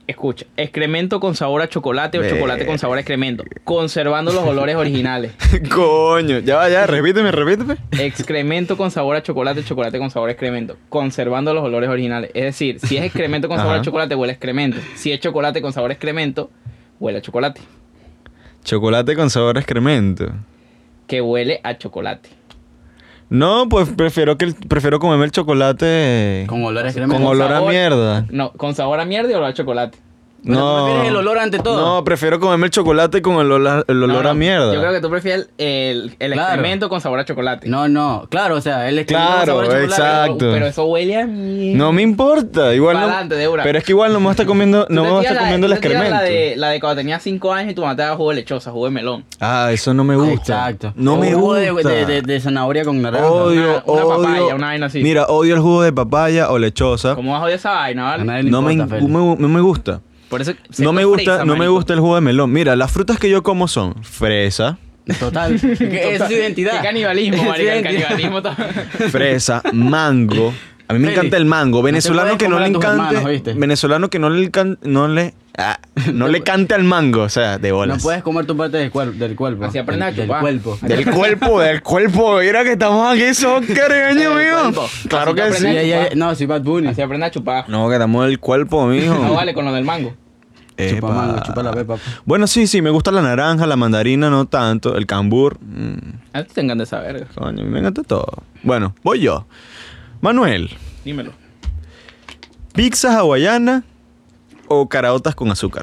Escucha, excremento con sabor a chocolate o Ve- chocolate con sabor a excremento, conservando los olores originales. Coño, ya va, ya, repíteme, repíteme. Excremento con sabor a chocolate, chocolate con sabor a excremento, conservando los olores originales. Es decir, si es excremento con sabor Ajá. a chocolate, huele a excremento. Si es chocolate con sabor a excremento, huele a chocolate. Chocolate con sabor a excremento. Que huele a chocolate. No, pues prefiero que el- prefiero comerme el chocolate Con olor a con excremento. olor a sabor- mierda. No, con sabor a mierda y olor a chocolate. Pero tú No. prefieres el olor ante todo. No, prefiero comerme el chocolate con el olor, el olor No, no, a mierda. Yo creo que tú prefieres el, el Claro. excremento con sabor a chocolate. No, no. Claro, o sea, el excremento Claro, con sabor a chocolate. exacto. Pero, pero eso huele a mierda. No me importa, igual no. Pa'lante, de una. Pero es que igual no me va a estar comiendo, Tú no te me va a tiras estar la- comiendo el tú te tiras excremento. La de, la de cuando tenías cinco años y tu mamá te daba jugo de lechosa, jugo de melón. Ah, eso no me gusta. Exacto. No me Jugo de- gusta. De, de, de zanahoria con naranja. Odio, Una- una odio. papaya, una vaina así. Mira, odio el jugo de papaya o lechosa. ¿Cómo vas a odiar esa vaina, A vale? nadie le No me, importa, Félix. me- no me gusta. Por eso No me gusta, fresa, no me marico. gusta el jugo de melón. Mira, las frutas que yo como son fresa, Total. Es que es su identidad. Qué canibalismo, Es su marica, el identidad. canibalismo. todo. fresa, mango. A mí me Félix, encanta el mango. Venezolano puedes que no comer le a tus encante. hermanos, ¿viste? Venezolano que no le can- no le ah, no le cante al mango, o sea, de bolas. No puedes comer tu parte del, cuer- del cuerpo. Así aprendes a del, chupar. del cuerpo. Del cuerpo, del cuerpo. Mira que estamos aquí, son cariño, Del mío. cuerpo. Claro Así te que aprendes sí. a Ya, ya, chupar. no, soy Bad Bunny. Así aprende a chupar. No, que estamos del cuerpo, mijo. No vale con lo del mango. Chupa Epa. mango, chupa la pepa. Bueno, sí, sí, me gusta la naranja, la mandarina, no tanto. El cambur. mm, A ti te encanta esa verga. coño, me encanta todo. Bueno, voy yo. Manuel, Dímelo. ¿pizza hawaiana o caraotas con azúcar?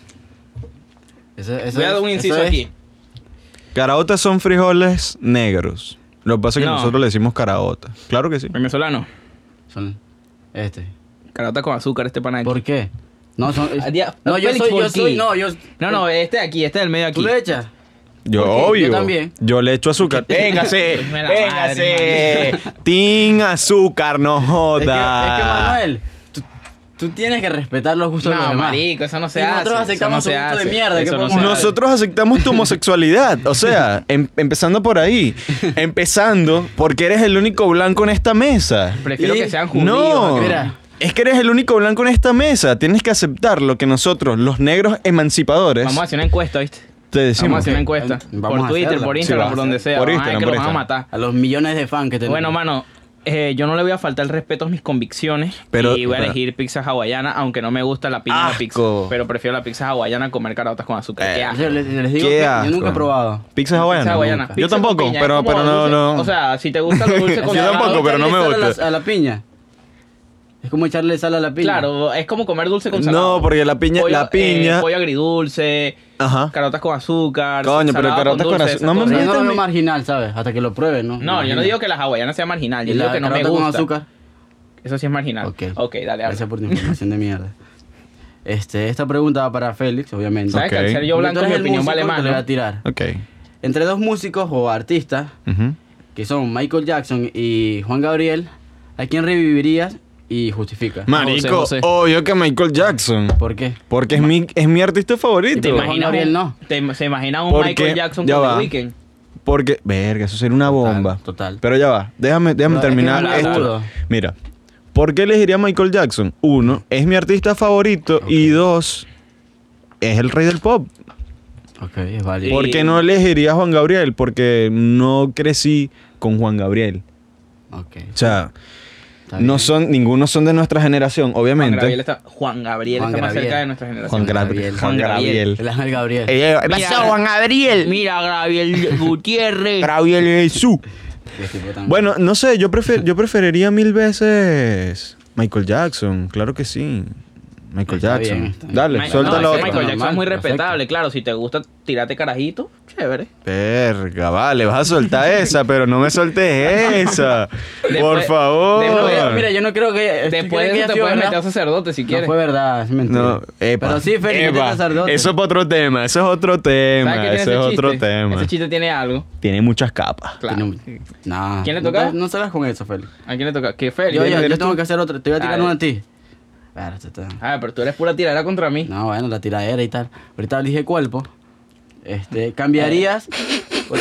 Eso, eso Voy a dar un es- inciso eso es- aquí. Caraotas son frijoles negros. Lo que pasa es que No. nosotros le decimos caraotas. Claro que sí. Venezolano. Son este. Carota con azúcar, este pana de aquí. ¿Por qué? No, son. es- Ah, dia- no, yo Félix, soy, ¿por yo soy, qué? no, yo. No, no, este de aquí, este del medio aquí. ¿Tú le echas? Yo, ¿Por qué? obvio. Yo también. Yo le echo azúcar. Véngase, Me la véngase. madre, Tin azúcar, no Es que, joda. es que Manuel, tú, tú tienes que respetar los gustos de los No, demás. marico, eso no se Y hace. nosotros eso aceptamos no su se gusto de hace. mierda, ¿qué Eso no podemos se hacer? hace. Nosotros aceptamos tu homosexualidad. O sea, em- empezando por ahí. Empezando porque eres el único blanco en esta mesa. Prefiero Y- que sean judíos. No. Mira. Es que eres el único blanco en esta mesa. Tienes que aceptar lo que nosotros, los negros emancipadores, Vamos a hacer una encuesta, ¿viste? te Vamos a decimos. hacer una encuesta. Vamos por a Twitter, hacerla. por Sí, Instagram, vamos por a donde hacer. sea. Por Vamos a Instagram, ver que por los van a Instagram. matar. A los millones de fans que tenemos. Bueno, mano, eh, yo no le voy a faltar el respeto a mis convicciones. Pero- y voy a pero- elegir pizza hawaiana, aunque no me gusta la piña de la pizza. Asco. Pero prefiero la pizza hawaiana a comer caraotas con azúcar. Eh, Qué O asco. sea, les, les digo Qué que asco. yo nunca he probado. Pizza hawaiana. Pizza hawaiana. Yo Pizza tampoco, con piña, pero, es como pero no, dulce. no. O sea, si te gusta lo dulce con Yo salado, tampoco, pero no me Echarle gusta. sal a la, a la piña. Es como echarle sal a la piña. Claro, es como comer dulce con salado. No, porque la piña, Pollo, la piña. eh, pollo agridulce, Ajá. carotas con azúcar. Coño, pero salado carotas con dulce, azúcar. esas No me cosas. Pero yo no lo Métame. veo marginal, ¿sabes? Hasta que lo pruebes, ¿no? No, yo no digo que la hawaiana sea marginal, yo ¿Y digo la que no me carota gusta. con azúcar? Eso sí es marginal. Ok. Ok, dale, habla. Gracias por tu información de mierda. Este, esta pregunta va para Félix, obviamente. ¿Sabes que al Ok. ser yo Porque blanco tú eres mi el opinión músico, vale te más, lo voy a ¿no? tirar. Ok. Entre dos músicos o artistas, Ujú. que son Michael Jackson y Juan Gabriel, ¿a quién revivirías y justifica? Marico, José. obvio que Michael Jackson. ¿Por qué? Porque es mi, es mi artista ¿Te favorito. Juan imaginas Gabriel un- no. te- ¿Se imagina un Porque- Michael Jackson ya con va. The Weeknd? Porque, verga, eso sería una bomba. Total. Pero ya va, déjame, déjame Pero es que terminar no la esto. dudo. Mira, ¿por qué elegiría a Michael Jackson? Uno, es mi artista favorito. Y dos, es el rey del pop. Ok, es válido. Y- ¿Por qué no elegiría a Juan Gabriel? Porque no crecí con Juan Gabriel. Ok. O sea, está no bien. son, ninguno son de nuestra generación, Juan obviamente. Gabriel está, Juan Gabriel Juan está más Gabriel. cerca de nuestra generación. Juan, Gra- Gabriel. Juan Juan Gabriel. El Ángel Gabriel. Eh, ¿qué Mira, pasó, Juan Gabriel? Mira, Gabriel Gutiérrez. Gabriel Jesús. Qué tipo tan- Bueno, no sé, yo, prefer- yo preferiría mil veces Michael Jackson, claro que sí. Michael Está Jackson. bien, está bien. Dale, Ma- suelta no, la es que otra. Michael Jackson Normal, es muy perfecto. respetable, claro. Si te gusta tirarte carajito, chévere. Verga, vale, vas a soltar esa, pero no me soltes esa. Por Después- favor. después- Mira, yo no creo que. Después de que eso te haya puedes sido meter a verdad. sacerdote si No quieres. fue verdad, es mentira. No, epa, Pero sí, Félix, epa, este sacerdote. eso es para otro tema, eso es otro tema, ¿Sabes qué tiene eso ese es otro chiste? tema. Ese chiste tiene algo. Tiene muchas capas. Claro. Tiene un- Nah. ¿Quién le no toca? te- No salgas con eso, Félix. ¿A quién le toca? ¿Qué Félix? Yo, yo, ¿Eres yo tú? tengo que hacer otra. Te voy a tirar Dale. una a ti. Espérate, está. Ah, pero tú eres pura tiradera contra mí. No, bueno, la tiradera y tal. Ahorita dije cuerpo. Este, cambiarías. por-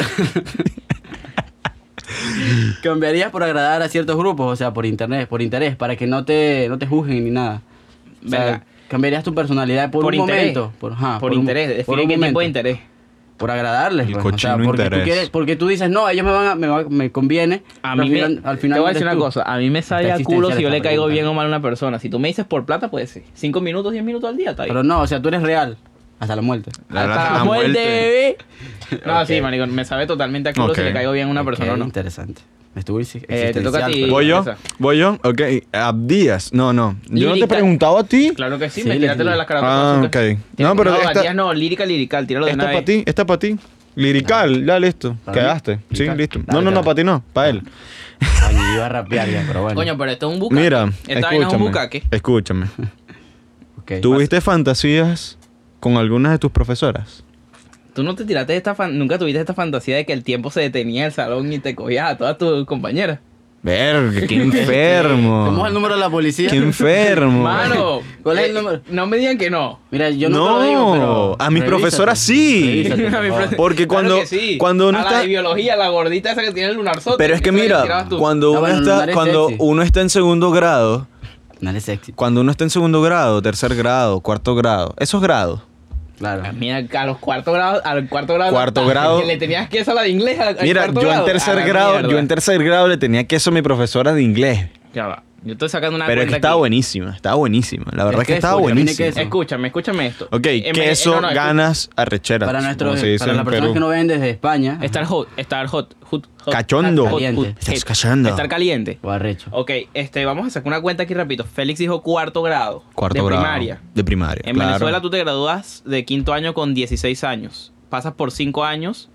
cambiarías por agradar a ciertos grupos, o sea, por internet, por interés, para que no te, no te juzguen ni nada. O sea, Verga. cambiarías tu personalidad por, Por un interés. momento? Por, ajá, por un- interés. por Define un qué tipo momento. de interés. Por agradarles. El Pues. O sea, cochino porque, tú interés. quieres, porque tú dices, no, ellos me van a, me, va- me conviene. A pero mí al me, final, al final te voy a decir eres una tú. cosa, a mí me sabe Está a culo si yo existencial le esta caigo pregunta. bien o mal a una persona. Si tú me dices por plata, puede ser. Cinco minutos, diez minutos al día, está bien. Pero no, o sea, tú eres real. Hasta la muerte. La- Hasta la- la la muerte, muerte. bebé. No, Ok. sí, marico, me sabe totalmente a culo Ok. si le caigo bien a una persona o Ok, no. Interesante. Estuvo exi- Eh, te toca a existencial, ti. pero- ¿Voy yo? Esa. ¿Voy yo? Ok. Abdías. No, no. Yo no te he Lírica. preguntado a ti. Claro que sí, Sí, me tírate lo de las Ah, características. ok. Tienes- No, pero no, esta- Díaz no, lírica, lirical, tíralo de Esta una para vez. ti, esta para ti. Lirical, ya listo. ¿Para mí? Quedaste. Sí, Lirical. listo. Dale, No, no, no, dale. para ti no, para él. Ay, iba a rapear ya, pero bueno. Coño, pero esto es un bucaque. Mira, Esta vaina es un escúchame. bucaque. Escúchame. Ok. ¿Tuviste fantasías con algunas de tus profesoras? Tú no te tiraste esta fan... Nunca tuviste esta fantasía de que el tiempo se detenía en el salón y te cogías a todas tus compañeras. Verga, qué enfermo. ¿Cómo es el número de la policía? Qué enfermo. Mano, ¿Cuál es el eh, número? No me digan que no. Mira, yo no, No, te lo digo, pero... a mis revísate, profesoras sí. revísate, por A mi favor. profe- Porque Claro cuando, que sí. cuando uno a la está... de biología, la gordita esa que tiene el lunarzote. Pero es que esa mira, tirabas tú. cuando Ah, uno bueno, está, lunar es cuando sexy. uno está en segundo grado, No eres sexy. cuando uno está en segundo grado, tercer grado, cuarto grado, esos grados. Claro. Ah, Mira, a los cuarto grados, al cuarto grado. Cuarto no, grado. que le tenías que eso a la de inglés al, al Mira, cuarto yo en grado. A tercer la grado, mierda. yo en tercer grado le tenía queso a mi profesora de inglés. Ya va. Yo estoy sacando una Pero es que cuenta estaba aquí. buenísima, estaba buenísima. La verdad es que queso, estaba vitamina buenísima. queso. Escúchame, escúchame esto. Ok, En vez- queso, no, no, escu- ganas, arrecheras. Para nuestros, como se dice para en las personas Perú. que no ven desde España. Estar hot, estar hot, hot, hot- Cachondo. hot, Caliente. hot, Estás hot. callando. Estar caliente. O arrecho. Ok, este, vamos a sacar una cuenta aquí rapidito. Félix dijo cuarto grado. Cuarto de grado. primaria. De primaria, En claro. Venezuela tú te gradúas de quinto año con dieciséis años. Pasas por cinco años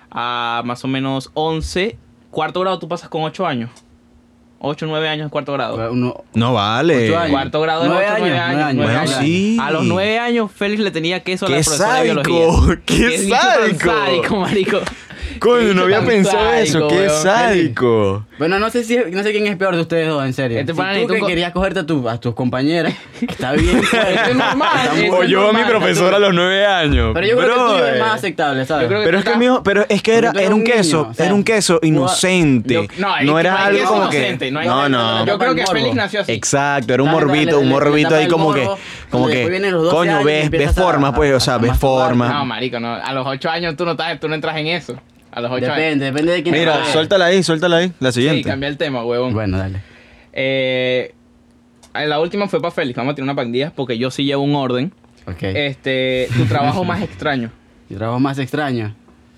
a más o menos once. Cuarto grado tú pasas con ocho años. ocho, nueve años en cuarto grado. Uno, No vale. Ocho años. Cuarto grado de Nueve ocho, nueve años, años. nueve años. nueve Bueno, años. sí. A los nueve años Félix le tenía queso a la ¡Qué profesora de sádico! biología. ¡Qué bicho tan sádico! sádico, marico. Coño, Qué no bicho había tan pensado eso. sádico, ¡Qué weón. sádico! Bueno, no sé si no sé quién es peor de ustedes dos, en serio. Este si pana tú necesita que un co- querías cogerte a, tu- a tus compañeras, está bien. Eso es normal, Está muy- eso O es yo a mi normal, profesora a los nueve años. Pero yo creo que el tuyo Brother. es más aceptable, ¿sabes? Yo creo que- Pero es que mío, pero es que era, Porque tú eres era un un niño, queso, o sea, era un queso tú- inocente. Yo- no, no, es que era no hay algo queso como inocente, que no hay- no, no. Yo creo que Morbo. Félix nació así. Exacto, era un Dale, dale, morbito, dale, un dale, morbito dale, ahí como dale, que morbo, como donde que después vienen los doce coño, años y ves, ves empiezas a- forma, pues, o sea, a ves masturbar. forma. No, marico, no. A los ocho años tú no, estás, tú no entras en eso. A los ocho años. Depende, depende de quién te Mira, vaya. suéltala ahí, suéltala ahí, la Sí, siguiente. cambia el tema, huevón. Bueno, dale. Eh, la última fue para Félix. Vamos a tirar una pandilla porque yo sí llevo un orden. Ok. Este, tu trabajo más extraño. ¿Y trabajo más extraño?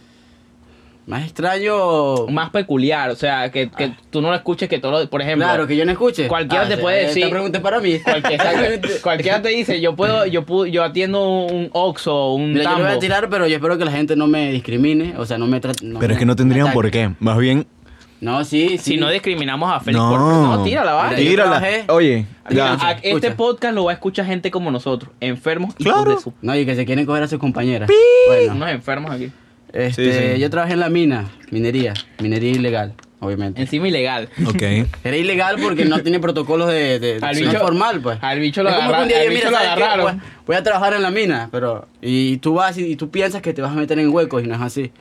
Más extraño... Más peculiar. O sea, que, que tú no lo escuches, que todo lo- por ejemplo. Claro, que yo no escuche. Cualquiera te sí, puede esta decir- pregunta es para mí. Cualquiera, cualquiera te dice, yo puedo, yo puedo, yo atiendo un Oxxo, un Mira, yo Tambo. lo voy a tirar, pero yo espero que la gente no me discrimine. O sea, no me trate... Pero es que no tendrían por qué. Más bien, No, sí, sí. Si no discriminamos a Félix no. por... No, tírala, va. Mira, yo Tírala. trabajé- Oye, Mira, ya. a- escucha, este escucha. podcast lo va a escuchar gente como nosotros, enfermos y Claro. de su... No, y que se quieren coger a sus compañeras. Bueno, Unos enfermos aquí. este, Sí, sí. yo trabajé en la mina, minería, minería ilegal, obviamente. Encima ilegal. Ok. Era ilegal porque no tiene protocolos de, de, Al de bicho- formal, pues. al bicho lo Es como que agarra- un día al yo, bicho mira, lo ¿sabes qué? agarraron. Voy, voy a trabajar en la mina, pero... Y tú vas y, y tú piensas que te vas a meter en huecos y no es así.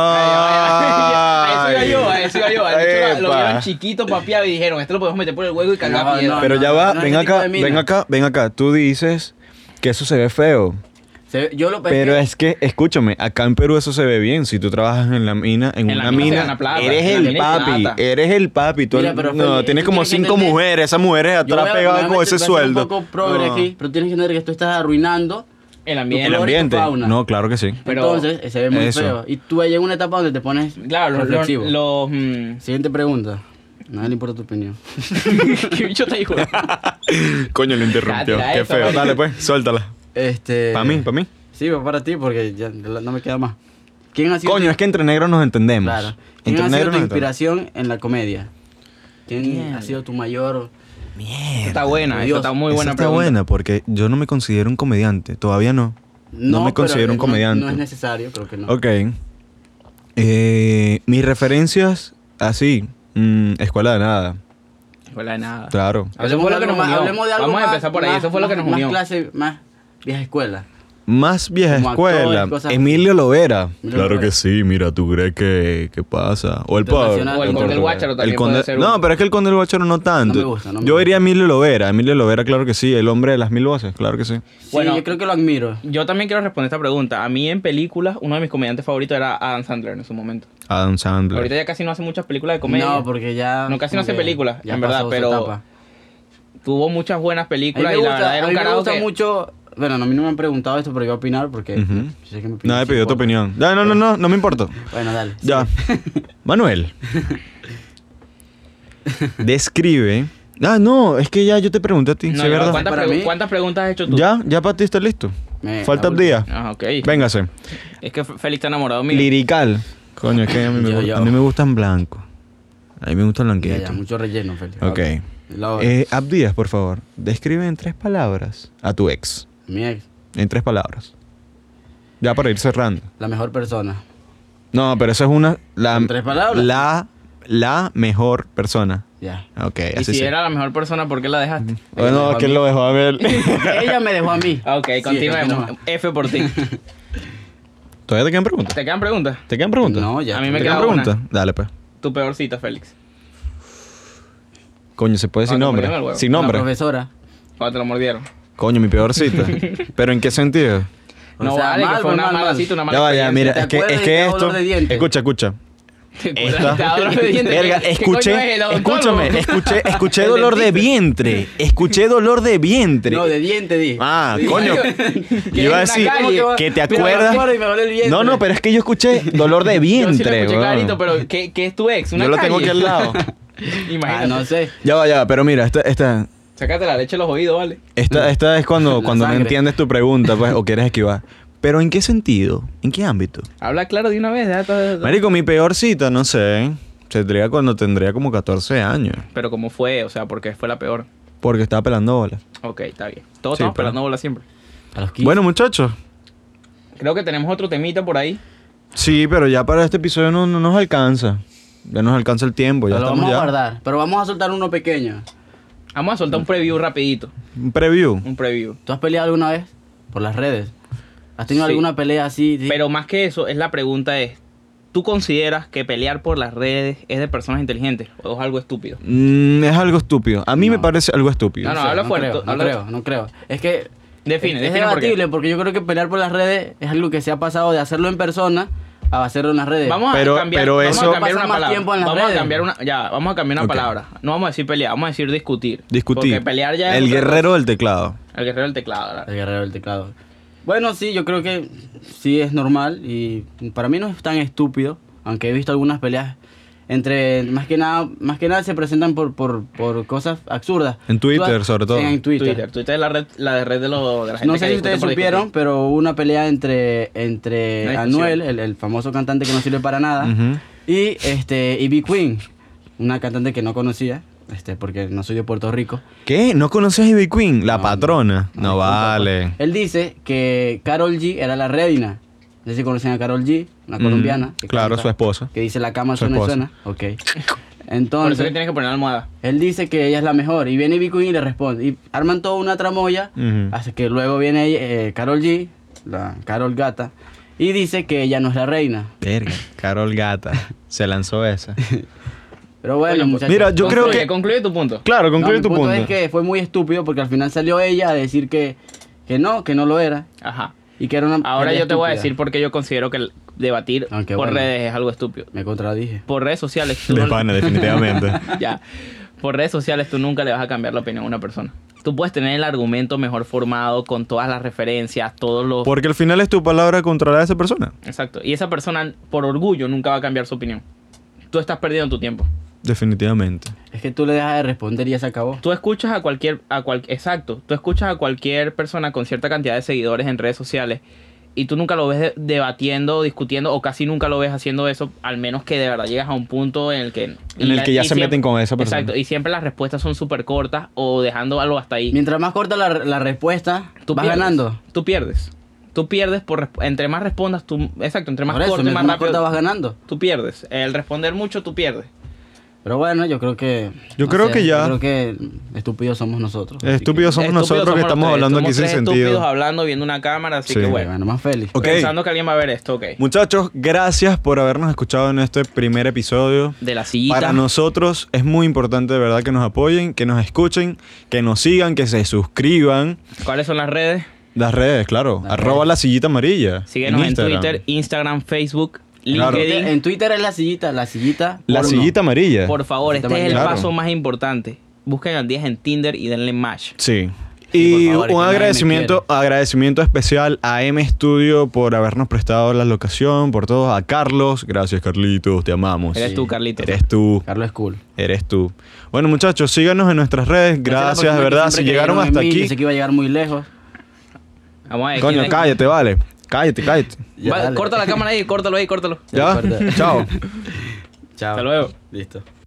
A eso iba yo, a eso iba yo. Al bicho lo- lo Epa. vieron chiquito, papiado, y dijeron, esto lo podemos meter por el hueco y cargar No, piedra. no, Pero ya va, no, ven ese tipo acá, de mina. ven acá, ven acá. Tú dices que eso se ve feo. Se- yo lo Pero pesqué. es que, escúchame, acá en Perú eso se ve bien. Si tú trabajas en la mina, en, En la una mina se mina, gana plata, eres en la el mina hay papi, plata. eres el papi. Tú Mira, pero, no, Feli, tienes tú como tienes que cinco entender- mujeres, esas mujeres Yo atrás voy a- pegadas me voy con a ese meter- voy a ser sueldo. un poco progre No. aquí, pero tienes que entender que tú estás arruinando El El ambiente. flora y tu ambiente. fauna. No, claro que sí. Pero- Entonces, eh, se ve muy Eso. feo. Y tú llegas a una etapa donde te pones Claro, los... los, reflexivo. los mm, Siguiente pregunta. Nadie le importa tu opinión. ¿Qué bicho te dijo? Coño, lo interrumpió. Tira Qué eso, feo. marico. Dale pues, suéltala. Este... Para mí, para mí. Sí, va para ti porque ya no me queda más. ¿Quién ha sido Coño, tu... es que entre negros nos entendemos. Claro. ¿Quién Entre ha sido negros tu nos entendemos. inspiración en la comedia? ¿Quién Mierda. ha sido tu mayor... Mierda. Está buena, Dios, esa está muy Esa buena está pregunta. buena porque yo no me considero un comediante. Todavía no. No me pero considero un no- comediante. No, es necesario, creo que no. Ok. Eh, mis referencias, así, mm, escuela de nada. Escuela de nada. Claro. Eso fue lo de que algo nos más- unió. hablemos de algo Vamos a más- empezar por ahí, más- eso fue lo que más- nos unió. Más clase, más vieja escuela. más vieja Como actores, escuela, cosas así. Emilio Lovera. Emilio Claro Lovera. que sí, mira, ¿tú crees que, que pasa? O el Internacional. Pablo. O el Conde del Guácharo también El Conde- puede ser No, uno. pero es que el Conde del Guácharo no tanto. No me gusta, no me Yo gusta. diría Emilio Lovera. Emilio Lovera, claro que sí. El hombre de las mil voces, claro que sí. Sí, Bueno. yo creo que lo admiro. Yo también quiero responder esta pregunta. A mí en películas, uno de mis comediantes favoritos era Adam Sandler en su momento. Adam Sandler. Ahorita ya casi no hace muchas películas de comedia. No, porque ya... No, casi no hace como que películas, ya en verdad, pasó su pero etapa. Tuvo muchas buenas A mí películas me y la gusta, verdad era a un mí me carajo gusta que... mucho... Bueno, a mí no me han preguntado esto, pero yo voy a opinar porque... Ujú. yo sé que mi opinión Nadie sí pidió tu importa. opinión. Ya, no, no, no, no me importa. Bueno, dale. Ya. Manuel. Describe. Ah, no, es que ya yo te pregunté a ti, No, ¿sí es ya, verdad? ¿cuántas, Para pregu- mí- cuántas preguntas has hecho tú? Ya, ya para ti está listo. Me- Falta la un día. Ah, ok. Véngase. Es que Félix está enamorado mío. Lirical. Coño, es que a mí me, Yo, gu- yo. a mí me gustan blancos. A mí me gustan Ya, blanquitos. ya, mucho relleno, Félix. Ok. La- Eh, Abdías, por favor, describe en tres palabras a tu ex. Mi ex, En tres palabras. Ya para ir cerrando. la mejor persona. No, pero eso es una... La, ¿En tres palabras? La, la mejor persona. Ya. Ok, Y así si sí. era la mejor persona, ¿por qué la dejaste? Bueno, es que él lo dejó a ver. Ella me dejó a mí. Ah, ok, Sí, continuemos. continúa. F por ti. ¿Todavía te quedan preguntas? ¿Te quedan preguntas? ¿Te quedan preguntas? No, ya. A mí me ¿Te queda quedan una. preguntas? Dale, pues. Tu peor cita, Félix. Coño, se puede sin Ah, te nombre. mordieron el huevo. Sin Una nombre. profesora. Cuando te lo mordieron. Coño, mi peor cita. ¿Pero en qué sentido? O No sea, vale, mal, que fue mal, una mal, mala mal. cita, una mala Ya vaya, mira, ¿Te es que, acuerdas es y que te da esto... dolor de dientes? Escucha, escucha. experiencia. Esta- Te da dolor de dientes. Verga, ¿Qué- qué coño es escuché, el odontólogo? escúchame, escuché, escuché El dolor de dentista. vientre. Escuché dolor de vientre. No, de diente di. Ah, Di- coño. Que Iba a es una decir carie. que te Mira, me acuerdas. acuerdo y me duele el vientre. No, no, pero es que yo escuché dolor de Yo sí lo vientre. escuché weón. clarito, pero ¿qué, qué es tu ex? ¿Una Yo lo tengo carie? aquí al lado. Imagínate. Ah, no sé. Ya va, ya va, pero mira, esta, esta, Sácate la leche de los oídos, ¿vale? esta, esta es cuando, La cuando no sangre. entiendes tu pregunta, pues, o quieres esquivar. Pero ¿en qué sentido? ¿En qué ámbito? Habla claro de una vez. deja todo- Marico, mi peor cita, no sé. Tendría cuando tendría como catorce años. Pero ¿cómo fue? O sea, ¿por qué fue la peor? Porque estaba pelando bolas. Ok, está bien. Todos Sí, estamos pero- pelando bola siempre. A los quince. Bueno, muchachos. Creo que tenemos otro temita por ahí. Sí, pero ya para este episodio no, no nos alcanza. Ya nos alcanza el tiempo. Ya Pero lo estamos vamos ya. a guardar. Pero vamos a soltar uno pequeño. Vamos a soltar un preview rapidito. Un preview. Un preview. ¿Tú has peleado alguna vez? Por las redes. ¿Has tenido Sí. alguna pelea así? Sí? Pero más que eso, es la pregunta es, ¿tú consideras que pelear por las redes es de personas inteligentes o es algo estúpido? Mm, es algo estúpido. A mí No. me parece algo estúpido. No, no, sé, habla no fuerte, creo, no habla- creo, no creo. Es que Define, es, define es por qué. debatible porque yo creo que pelear por las redes es algo que se ha pasado de hacerlo en persona a hacerlo en las redes. Vamos a Pero- cambiar, pero vamos eso- a cambiar Pasar una más palabra. tiempo en las Vamos a redes. cambiar una, ya, vamos a cambiar una Ok. palabra. No vamos a decir pelear, vamos a decir discutir. Discutir. Porque pelear ya es El otra guerrero del teclado. cosa. El guerrero del teclado, ¿verdad? El guerrero del teclado. Bueno, sí, yo creo que sí es normal y para mí no es tan estúpido, aunque he visto algunas peleas entre más que nada, más que nada se presentan por por, por cosas absurdas. En Twitter, Tú has- sobre todo. Sí, en Twitter. Twitter. Twitter es la red, la red de, lo, de la gente No que sé si discute ustedes por supieron, discutir. pero hubo una pelea entre entre Una discusión. Anuel, el, el famoso cantante que no sirve para nada, Ujú. y este y B Queen, una cantante que no conocía, este porque no soy de Puerto Rico. ¿Qué? ¿No conoces a Ivy Queen? La No, patrona. No, disculpa, vale. pues. Él dice que Karol G era la reina. No sé si conocen a Karol G, una Mm, colombiana. que claro, canta, su esposa. Que dice la cama Su suena y esposa. suena. Ok. Por eso Entonces, que tienes que poner la almohada. él dice que ella es la mejor. Y viene B Queen y le responde. Y arman toda una tramoya. Ujú. Hasta que luego viene eh, Karol G, la Karol Gata. Y dice que ella no es la reina. Verga. Carol Gata. Se lanzó esa. Pero bueno, Oye, muchachos. Mira, yo creo Concluye, que- Concluye tu punto. Claro, No, concluye mi tu punto punto. es que fue muy estúpido porque al final salió ella a decir que, que no, que no lo era. Ajá. Y que era una Ahora pelea yo te voy a estúpida. decir por qué yo considero que el debatir Aunque por bueno. redes es algo estúpido. Me contradije. Por redes sociales, tú De no- pana, definitivamente. ya. Por redes sociales tú nunca le vas a cambiar la opinión a una persona. Tú puedes tener el argumento mejor formado con todas las referencias, todos los... Porque al final es tu palabra contra la de esa persona. Exacto. Y esa persona, por orgullo, nunca va a cambiar su opinión. Tú estás perdiendo tu tiempo. Definitivamente. Es que tú le dejas de responder y ya se acabó. Tú escuchas a cualquier... A cual, exacto. Tú escuchas a cualquier persona con cierta cantidad de seguidores en redes sociales y tú nunca lo ves de- debatiendo, discutiendo o casi nunca lo ves haciendo eso, al menos que de verdad llegas a un punto en el que... En el que ya se meten con esa persona. Exacto. Y siempre las respuestas son súper cortas o dejando algo hasta ahí. Mientras más corta la, la respuesta, Tú vas pierdes. ganando. Tú pierdes. Tú pierdes por... resp- Entre más respondas, tú... Exacto. Entre más Por eso, corto y mientras más más rápido... corta vas ganando. Tú pierdes. El responder mucho, tú pierdes. Pero bueno, yo creo que... Yo no creo sé, que ya- Yo creo que estúpidos somos nosotros. así Estúpidos somos Estúpidos nosotros que somos estamos los tres, hablando aquí somos sin tres estúpidos sentido. hablando, viendo una cámara, así Sí. que que, bueno. bueno, más feliz. Ok. Pensando que alguien va a ver esto, ok. Muchachos, gracias por habernos escuchado en este primer episodio. De la sillita. Para nosotros es muy importante de verdad que nos apoyen, que nos escuchen, que nos sigan, que se suscriban. ¿Cuáles son las redes? Las redes, claro. Las Arroba redes. la sillita amarilla. Síguenos en, Instagram. Twitter, Instagram, Facebook, Claro. LinkedIn. En Twitter es la sillita, la sillita. La por uno. sillita amarilla. Por favor, este es el Claro. paso más importante. Busquen al diez en Tinder y denle match. Sí. Sí, Y por favor, y que un nadie me agradecimiento, agradecimiento especial a M Studio por habernos prestado la locación, por todo, a Carlos, gracias Carlitos, te amamos. Eres Sí. tú, Carlitos. Eres tú, Carlos es cool. eres tú. Bueno muchachos, síganos en nuestras redes, gracias de a la persona que verdad, siempre si llegaron creyeron en hasta mí, aquí. Pensé que iba a llegar muy lejos. Vamos a ver. Coño, quién- cállate, vale, cállate, cállate. Ya, Va, dale. corta la cámara ahí, córtalo ahí, córtalo. ¿Ya? corta. Chao. Chao. Hasta luego. Listo.